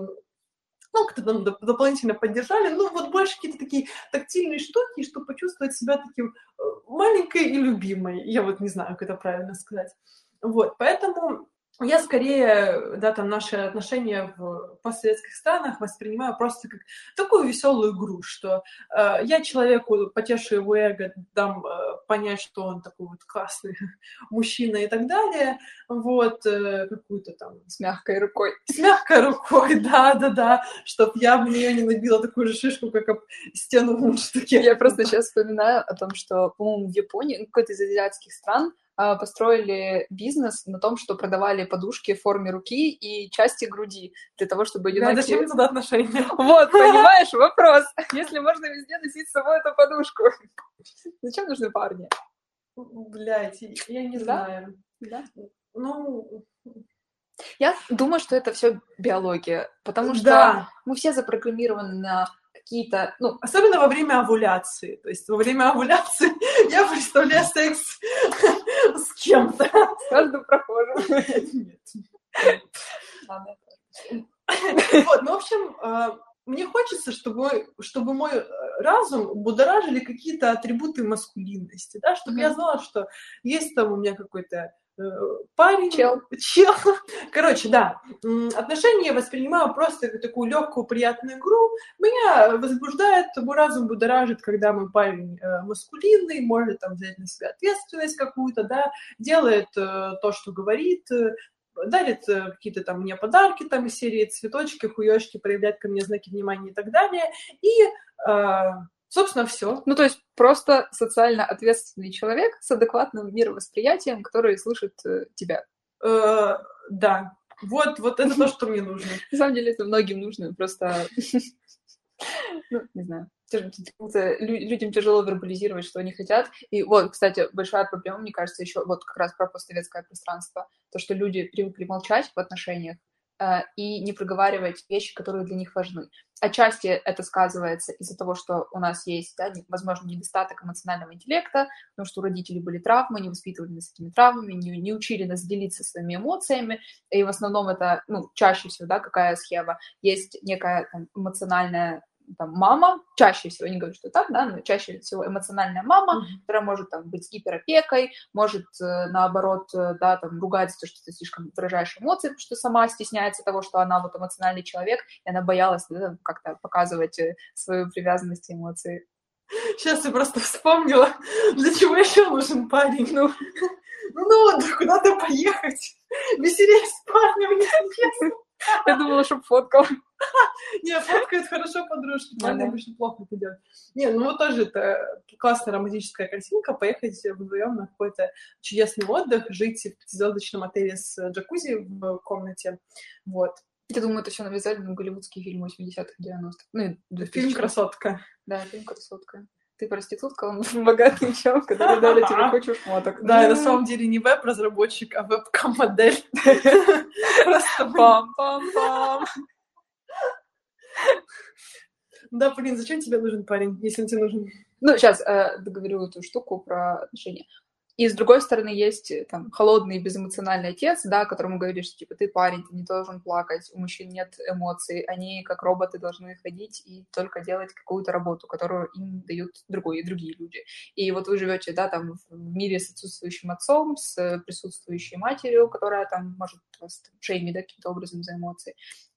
ну, как-то там дополнительно поддержали, ну, вот больше какие-то такие тактильные штуки, чтобы почувствовать себя таким маленькой и любимой. Я вот не знаю, как это правильно сказать. Вот, поэтому я скорее, да, там, наши отношения в постсоветских странах воспринимаю просто как такую веселую игру, что э, я человеку потешу его эго, дам э, понять, что он такой вот классный мужчина и так далее, вот, э, какую-то там... С мягкой рукой. С мягкой рукой, да-да-да, чтоб я в нее не набила такую же шишку, как об стену в мундштуке. Я просто сейчас вспоминаю о том, что, по-моему, в Японии, ну, какой-то из азиатских стран, построили бизнес на том, что продавали подушки в форме руки и части груди для того, чтобы одинокие... Да, зачем туда отношения? Вот, понимаешь, вопрос. Если можно везде носить с собой эту подушку, зачем нужны парни? Блядь, я не знаю. Да? Ну... Я думаю, что это все биология, потому что да. мы все запрограммированы на какие-то... Ну, особенно во время овуляции. То есть во время овуляции я представляю секс с кем-то. С каждым прохожим. Нет. Ладно. Вот, ну, в общем, мне хочется, чтобы, чтобы мой разум будоражили какие-то атрибуты маскулинности, да, чтобы mm-hmm. я знала, что есть там у меня какой-то э, парень, чел. чел. Короче, да, отношения я воспринимаю просто как такую легкую, приятную игру. Меня возбуждает, мой разум будоражит, когда мой парень э, маскулинный, может там взять на себя ответственность какую-то, да, делает э, то, что говорит, э, дарит э, какие-то там мне подарки там из серии цветочки, хуёчки, проявляет ко мне знаки внимания и так далее. И, э, собственно, все. Ну, то есть просто социально ответственный человек с адекватным мировосприятием, который слышит э, тебя. Э, да. Вот, вот это то, что мне нужно. На самом деле это многим нужно, просто... Ну, не знаю. Людям тяжело вербализировать, что они хотят. И вот, кстати, большая проблема, мне кажется, еще вот как раз про постсоветское пространство. То, что люди привыкли молчать в отношениях э, и не проговаривать вещи, которые для них важны. Отчасти это сказывается из-за того, что у нас есть, да, возможно, недостаток эмоционального интеллекта, потому что у родителей были травмы, не воспитывали нас с этими травмами, не, не учили нас делиться своими эмоциями. И в основном это, ну, чаще всего, да, какая схема? Есть некая там, эмоциональная там, мама, чаще всего, не говорю, что так, да, но чаще всего эмоциональная мама, mm-hmm. которая может там, быть гиперопекой, может, э, наоборот, э, да, там, ругать за то, что ты слишком выражаешь эмоции, потому что сама стесняется того, что она вот эмоциональный человек, и она боялась, да, как-то показывать э, свою привязанность и эмоции. Сейчас я просто вспомнила, для чего еще нужен парень. Ну, ну, ну вот, куда-то поехать, веселее с парнем, неинтересно. Я думала, чтобы фоткал. Не, фоткают хорошо подружки, парни обычно плохо это делают. Не, ну вот тоже это классная романтическая картинка, поехать вдвоем на какой-то чудесный отдых, жить в пятизвездочном отеле с джакузи в комнате, вот. Я думаю, это все навязали на голливудские фильмы восьмидесятых, девяностых. Ну, фильм «Красотка». Да, фильм «Красотка». Ты проститутка, он богатый чел, который дали тебе кучу шмоток. Да, я на самом деле не веб-разработчик, а веб-кам-модель. Просто пам-пам-пам. Да, блин, зачем тебе нужен парень, если он тебе нужен? Ну, сейчас э, договорю эту штуку про отношения. И с другой стороны есть там холодный безэмоциональный отец, да, которому говоришь, что типа ты парень, ты не должен плакать, у мужчин нет эмоций, они как роботы должны ходить и только делать какую-то работу, которую им дают другой, другие люди. И вот вы живете, да, там в мире с отсутствующим отцом, с присутствующей матерью, которая там может вас шеймить, да, каким-то образом за эмоции.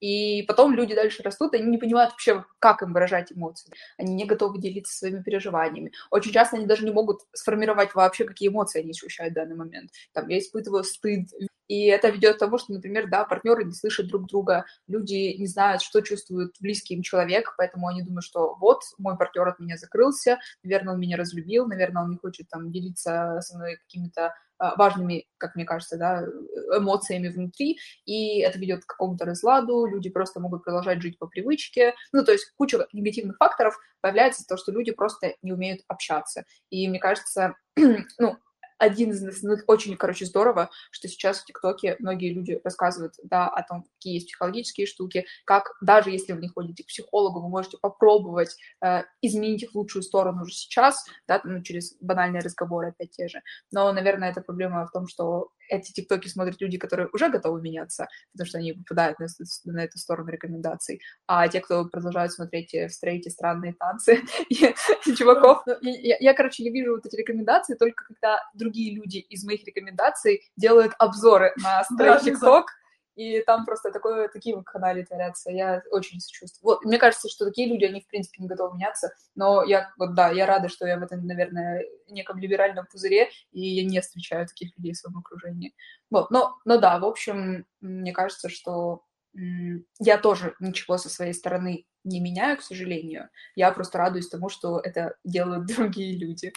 И потом люди дальше растут, они не понимают вообще, как им выражать эмоции. Они не готовы делиться своими переживаниями. Очень часто они даже не могут сформировать вообще, какие эмоции они ощущают в данный момент. Там, я испытываю стыд. И это ведет к тому, что, например, да, партнеры не слышат друг друга, люди не знают, что чувствует близкий им человек, поэтому они думают, что вот, мой партнер от меня закрылся, наверное, он меня разлюбил, наверное, он не хочет там делиться со мной какими-то важными, как мне кажется, да, эмоциями внутри, и это ведет к какому-то разладу, люди просто могут продолжать жить по привычке, ну, то есть куча негативных факторов появляется из-за того, что люди просто не умеют общаться, и мне кажется, ну, один из основных, очень, короче, здорово, что сейчас в ТикТоке многие люди рассказывают, да, о том, какие есть психологические штуки, как даже если вы не ходите к психологу, вы можете попробовать э, изменить их в лучшую сторону уже сейчас, да, ну, через банальные разговоры опять те же. Но, наверное, эта проблема в том, что эти ТикТоки смотрят люди, которые уже готовы меняться, потому что они попадают на, на эту сторону рекомендаций, а те, кто продолжают смотреть в стрейте странные танцы чуваков, я, короче, не вижу вот эти рекомендации только когда другие люди из моих рекомендаций делают обзоры на стрейт ТикТок, и там просто такое, такие вакханалии творятся. Я очень сочувствую. Вот, мне кажется, что такие люди, они, в принципе, не готовы меняться, но я, вот, да, я рада, что я в этом, наверное, неком либеральном пузыре, и я не встречаю таких людей в своем окружении. Вот, но, но да, в общем, мне кажется, что м- я тоже ничего со своей стороны не меняю, к сожалению. Я просто радуюсь тому, что это делают другие люди.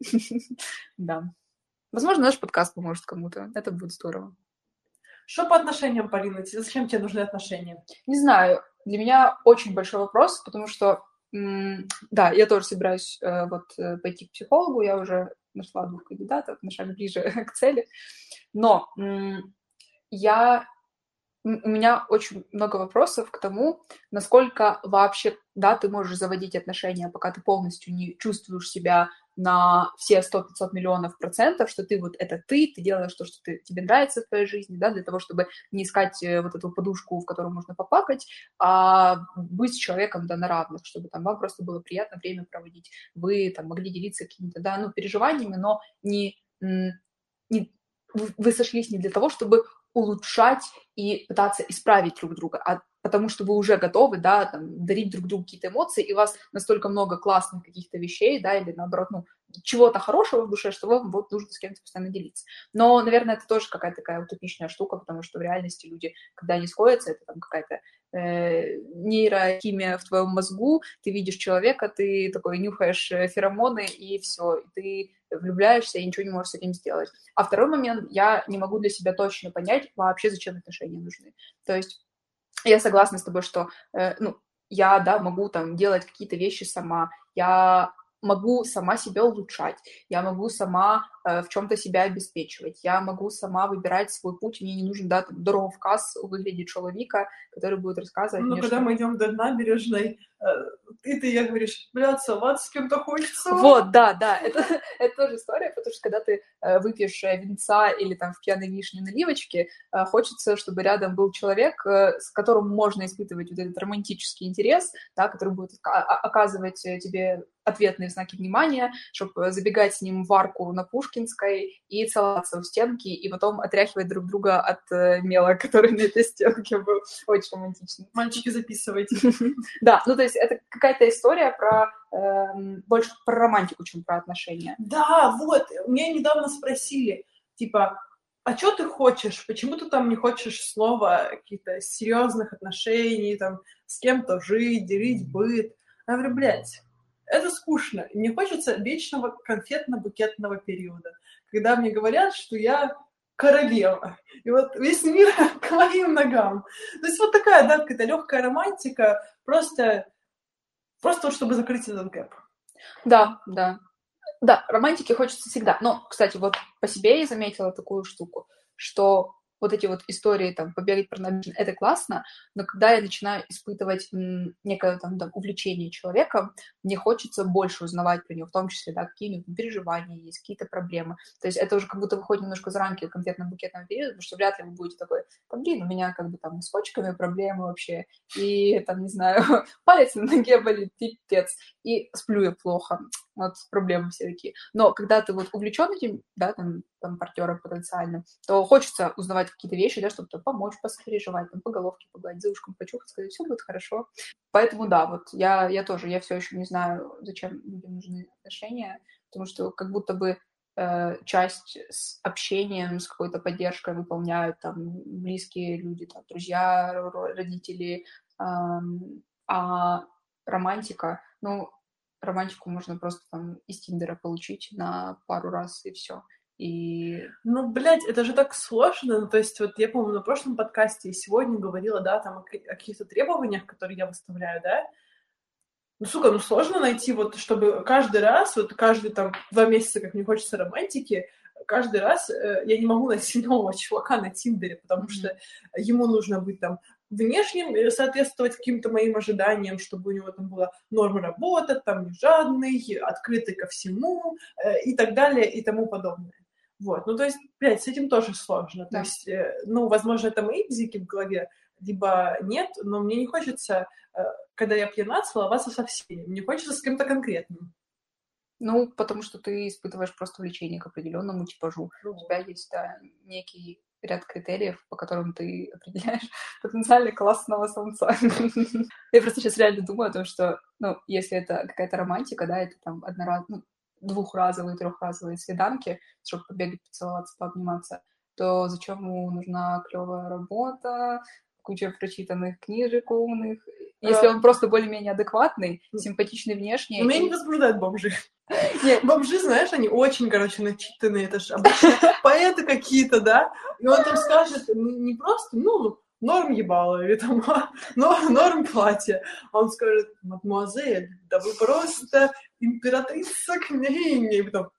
Да. Возможно, наш подкаст поможет кому-то. Это будет здорово. Что по отношениям, Полина? Зачем тебе нужны отношения? Не знаю. Для меня очень большой вопрос, потому что, м- да, я тоже собираюсь э, вот э, пойти к психологу. Я уже нашла двух кандидатов, на шаг ближе к цели. Но м- я... У меня очень много вопросов к тому, насколько вообще, да, ты можешь заводить отношения, пока ты полностью не чувствуешь себя на все сто-пятьсот миллионов процентов, что ты вот это ты, ты делаешь то, что ты, тебе нравится в твоей жизни, да, для того, чтобы не искать вот эту подушку, в которую можно поплакать, а быть с человеком, да, на равных, чтобы там вам просто было приятно время проводить, вы там могли делиться какими-то, да, ну, переживаниями, но не, не вы сошлись не для того, чтобы улучшать и пытаться исправить друг друга, а потому что вы уже готовы, да, там, дарить друг другу какие-то эмоции, и у вас настолько много классных каких-то вещей, да, или наоборот, ну, чего-то хорошего в душе, что вам вот нужно с кем-то постоянно делиться. Но, наверное, это тоже какая-то такая утопичная штука, потому что в реальности люди, когда они сходятся, это там какая-то э, нейрохимия в твоем мозгу, ты видишь человека, ты такой нюхаешь феромоны, и все, и ты влюбляешься и ничего не можешь с этим сделать. А второй момент, я не могу для себя точно понять вообще, зачем отношения нужны. То есть я согласна с тобой, что, э, ну, я, да, могу там делать какие-то вещи сама, я могу сама себя улучшать, я могу сама э, в чем-то себя обеспечивать, я могу сама выбирать свой путь, мне не нужен, да, там, дороговказ выглядит человека, который будет рассказывать ну, мне, когда что... мы идем до набережной, ты ты я говоришь, блядь, салат с кем-то хочется. Вот, да, да, это, это тоже история, потому что когда ты э, выпьешь винца или там в пьяной вишне наливочки, э, хочется, чтобы рядом был человек, э, с которым можно испытывать вот этот романтический интерес, да, который будет оказывать тебе ответные знаки внимания, чтобы забегать с ним в арку на Пушкинской и целоваться у стенки, и потом отряхивать друг друга от э, мела, который на этой стенке был. Очень романтично. Мальчики, записывайте. Да, ну то есть это какая-то история про э, больше про романтику, чем про отношения. Да, вот, меня недавно спросили, типа, а что ты хочешь? Почему ты там не хочешь снова каких-то серьезных отношений, там, с кем-то жить, делить быт? Я говорю, блядь, это скучно. И мне хочется вечного конфетно-букетного периода, когда мне говорят, что я королева. И вот весь мир к моим ногам. То есть вот такая, да, какая-то легкая романтика, просто, просто вот чтобы закрыть этот гэп. Да, да. Да, романтики хочется всегда. Но, кстати, вот по себе я заметила такую штуку, что вот эти вот истории, там, побегать про набережную, это классно, но когда я начинаю испытывать м, некое там, там увлечение человеком, мне хочется больше узнавать про него, в том числе, да, какие у него переживания есть, какие-то проблемы. То есть это уже как будто выходит немножко за рамки конкретно-букетного периода, потому что вряд ли вы будете такой, там, блин, у меня как бы там с почками проблемы вообще, и там, не знаю, палец на ноге болит, пипец, и сплю я плохо. Вот проблемы все такие. Но когда ты вот увлечен этим, да, там, там партнером потенциальным, то хочется узнавать какие-то вещи, да, чтобы там, помочь, посопереживать, там, по головке погладить, за ушком почухать, сказать, все будет хорошо. Поэтому да, вот я, я тоже, я все еще не знаю, зачем людям нужны отношения, потому что как будто бы э, часть с общением, с какой-то поддержкой выполняют там близкие люди, там, друзья, родители, э, а романтика, ну, романтику можно просто там из Тиндера получить на пару раз, и все. И... Ну, блядь, это же так сложно. Ну, то есть, вот я, по-моему, на прошлом подкасте и сегодня говорила, да, там, о, о каких-то требованиях, которые я выставляю, да. Ну, сука, ну, сложно найти, вот, чтобы каждый раз, вот, каждые, там, два месяца, как мне хочется романтики, каждый раз э, я не могу найти нового чувака на Тиндере, потому mm-hmm. что ему нужно быть, там, внешним, соответствовать каким-то моим ожиданиям, чтобы у него там была норма работы, там, не жадный, открытый ко всему э, и так далее, и тому подобное. Вот, ну, то есть, блядь, с этим тоже сложно. Да. То есть, э, ну, возможно, это мои бзики в голове, либо нет, но мне не хочется, э, когда я пьяна, целоваться со всеми. Мне хочется с кем-то конкретным. Ну, потому что ты испытываешь просто влечение к определенному типажу. Mm-hmm. У тебя есть, да, некий ряд критериев, по которым ты определяешь потенциально классного самца. Я просто сейчас реально думаю о том, что, ну, если это какая-то романтика, да, это там одноразовая, двухразовые, трехразовые свиданки, чтобы побегать, поцеловаться, пообниматься, то зачем ему нужна клевая работа, куча прочитанных книжек умных, если он просто более-менее адекватный, симпатичный внешне. Меня и... не возбуждают бомжи. Нет, бомжи, знаешь, они очень, короче, начитанные, это же обычно поэты какие-то, да, и он там скажет не просто, ну, норм ебало, или там, норм платье. Он скажет, мадемуазель, да вы просто императрица княгиня. И потом...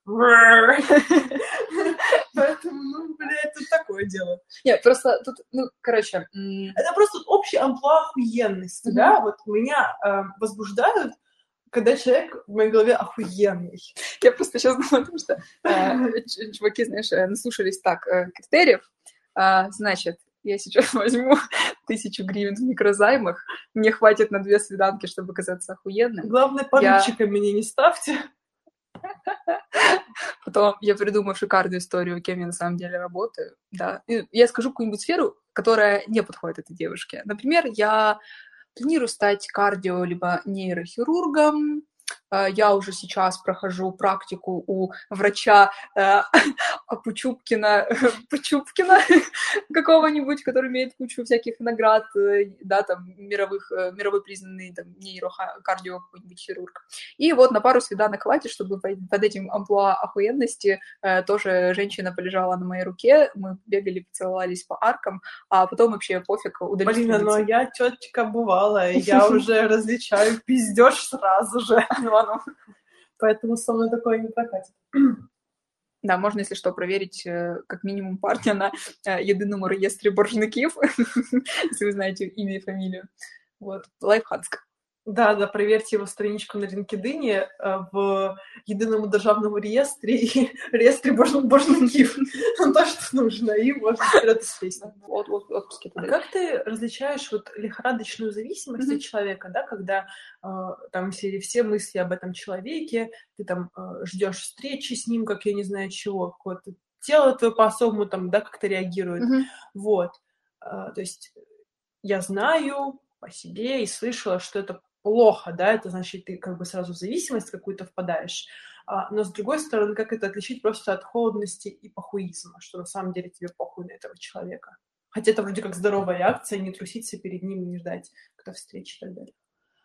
Поэтому, ну, блядь, тут такое дело. Нет, просто тут, ну, короче... Это просто общий амплуа охуенности, да? Вот меня возбуждают когда человек в моей голове охуенный. Я просто сейчас думаю о том, что э, чуваки, знаешь, наслушались так э, критериев. А, значит, я сейчас возьму тысячу гривен в микрозаймах, мне хватит на две свиданки, чтобы казаться охуенным. Главное, поручиком я... меня не ставьте. Потом я придумаю шикарную историю, кем я на самом деле работаю. Да. И я скажу какую-нибудь сферу, которая не подходит этой девушке. Например, я планирую стать кардио- либо нейрохирургом. Я уже сейчас прохожу практику у врача э, Пучупкина, Пучупкина какого-нибудь, который имеет кучу всяких наград, да, там, мировых, мировой признанный там, нейрокардио какой-нибудь хирург. И вот на пару свиданок хватит, чтобы под этим амплуа охуенности э, тоже женщина полежала на моей руке, мы бегали, поцеловались по аркам, а потом вообще пофиг, удались. Блин, но я тетечка бывалая, я уже различаю пиздёж сразу же. Поэтому со мной такое не прокатит. Да, можно, если что, проверить как минимум парня на єдиному реєстрі боржників, если вы знаете имя и фамилию. Вот, лайфхак. Да, да, проверьте его страничку на LinkedIn в єдиному державному реєстрі и реєстрі боржників. То, что нужно, и можно вперед из песни. Вот, вот, вот, а как ты различаешь вот лихорадочную зависимость mm-hmm. от человека, да, когда э, там все, все мысли об этом человеке, ты там э, ждешь встречи с ним, как я не знаю чего, какое-то тело твое по-особому там, да, как-то реагирует. Mm-hmm. Вот. Э, то есть я знаю по себе и слышала, что это плохо, да, это значит, ты как бы сразу в зависимость какую-то впадаешь. А, но, с другой стороны, как это отличить просто от холодности и похуизма, что на самом деле тебе похуй на этого человека. Хотя это вроде как здоровая реакция, не труситься перед ним, не ждать какой-то встречи и так далее.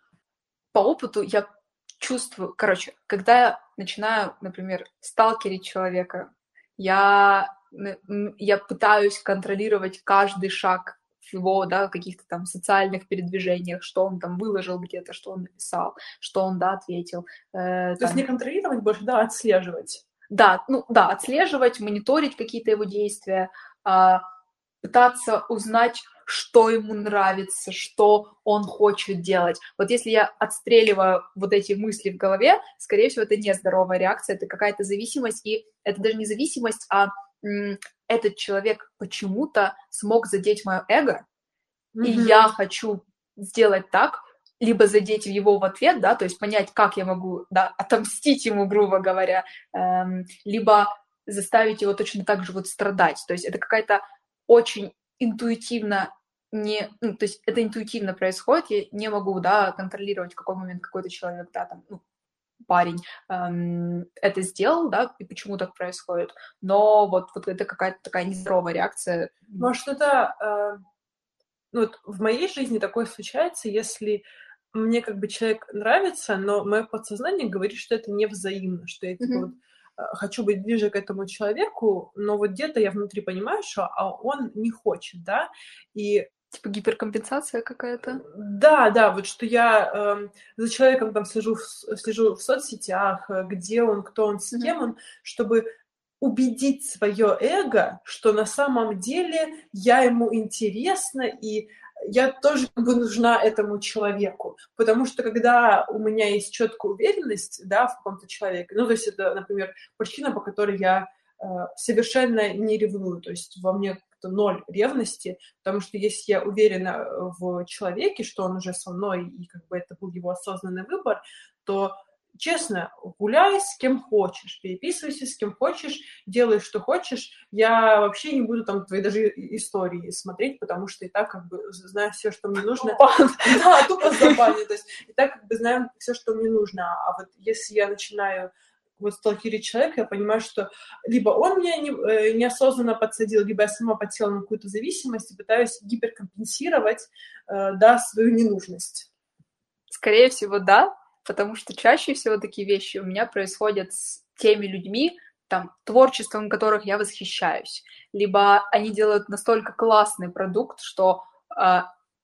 По опыту я чувствую, короче, когда я начинаю, например, сталкерить человека, я, я пытаюсь контролировать каждый шаг его, да, каких-то там социальных передвижениях, что он там выложил где-то, что он написал, что он, да, ответил. Э, То там... есть не контролировать больше, да, отслеживать. Да, ну, да, отслеживать, мониторить какие-то его действия, э, пытаться узнать, что ему нравится, что он хочет делать. Вот если я отстреливаю вот эти мысли в голове, скорее всего, это нездоровая реакция, это какая-то зависимость, и это даже не зависимость, а м- этот человек почему-то смог задеть мое эго, mm-hmm. и я хочу сделать так, либо задеть его в ответ, да, то есть понять, как я могу, да, отомстить ему, грубо говоря, эм, либо заставить его точно так же вот страдать. То есть это какая-то очень интуитивно не, ну, то есть это интуитивно происходит, я не могу, да, контролировать, в какой момент какой-то человек, да, там, ну, парень эм, это сделал, да, и почему так происходит, но вот, вот это какая-то такая нездоровая реакция. Может, это, э, ну, вот в моей жизни такое случается, если мне как бы человек нравится, но мое подсознание говорит, что это невзаимно, что я, типа, mm-hmm. вот, хочу быть ближе к этому человеку, но вот где-то я внутри понимаю, что а он не хочет, да, и... Типа гиперкомпенсация какая-то? Да, да, вот что я э, за человеком там слежу в, слежу в соцсетях, где он, кто он, с кем mm-hmm. он, чтобы убедить свое эго, что на самом деле я ему интересна, и я тоже как бы нужна этому человеку. Потому что когда у меня есть четкая уверенность, да, в каком-то человеке, ну, то есть это, например, причина, по которой я э, совершенно не ревную, то есть во мне ноль ревности, потому что если я уверена в человеке, что он уже со мной, и как бы это был его осознанный выбор, то честно, гуляй с кем хочешь, переписывайся с кем хочешь, делай, что хочешь. Я вообще не буду там твои даже истории смотреть, потому что и так как бы знаю все, что мне нужно. Да, тупо забаню. То есть и так как бы знаю все, что мне нужно. А вот если я начинаю вот сталкерить человека, я понимаю, что либо он меня не, э, неосознанно подсадил, либо я сама подсела на какую-то зависимость и пытаюсь гиперкомпенсировать, э, да, свою ненужность. Скорее всего, да. Потому что чаще всего такие вещи у меня происходят с теми людьми, там, творчеством которых я восхищаюсь. Либо они делают настолько классный продукт, что э,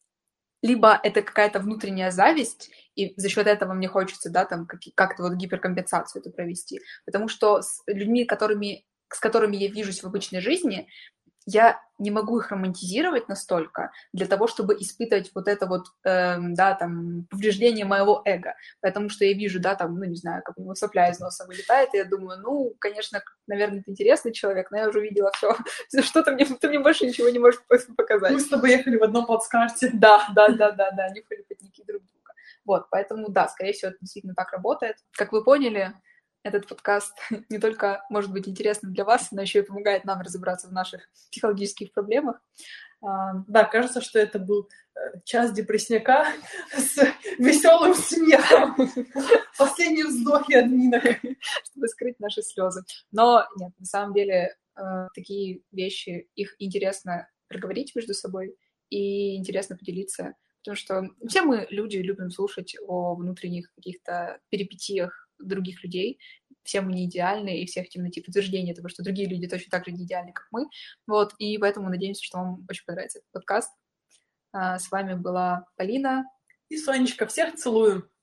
либо это какая-то внутренняя зависть, и за счет этого мне хочется, да, там, как- как-то вот гиперкомпенсацию это провести. Потому что с людьми, которыми, с которыми я вижусь в обычной жизни, я не могу их романтизировать настолько для того, чтобы испытывать вот это вот, э, да, там, повреждение моего эго, потому что я вижу, да, там, ну, не знаю, как у него сопля из носа вылетает, и я думаю, ну, конечно, наверное, ты интересный человек, но я уже видела все, что ты мне, ты мне больше ничего не можешь показать. Мы с тобой ехали в одном плацкарте. Да, да, да, да, да, нюхали потники друг друга. Вот, поэтому, да, скорее всего, это действительно так работает. Как вы поняли, этот подкаст не только может быть интересным для вас, но еще и помогает нам разобраться в наших психологических проблемах. Да, кажется, что это был час депрессняка с веселым смехом. Последние вздохи админок. Чтобы скрыть наши слезы. Но нет, на самом деле такие вещи, их интересно проговорить между собой и интересно поделиться. Потому что все мы, люди, любим слушать о внутренних каких-то перипетиях других людей. Все мы не идеальны, и все хотим найти подтверждение того, что другие люди точно так же не идеальны, как мы. Вот, и поэтому надеемся, что вам очень понравится этот подкаст. С вами была Полина и Сонечка. Всех целую!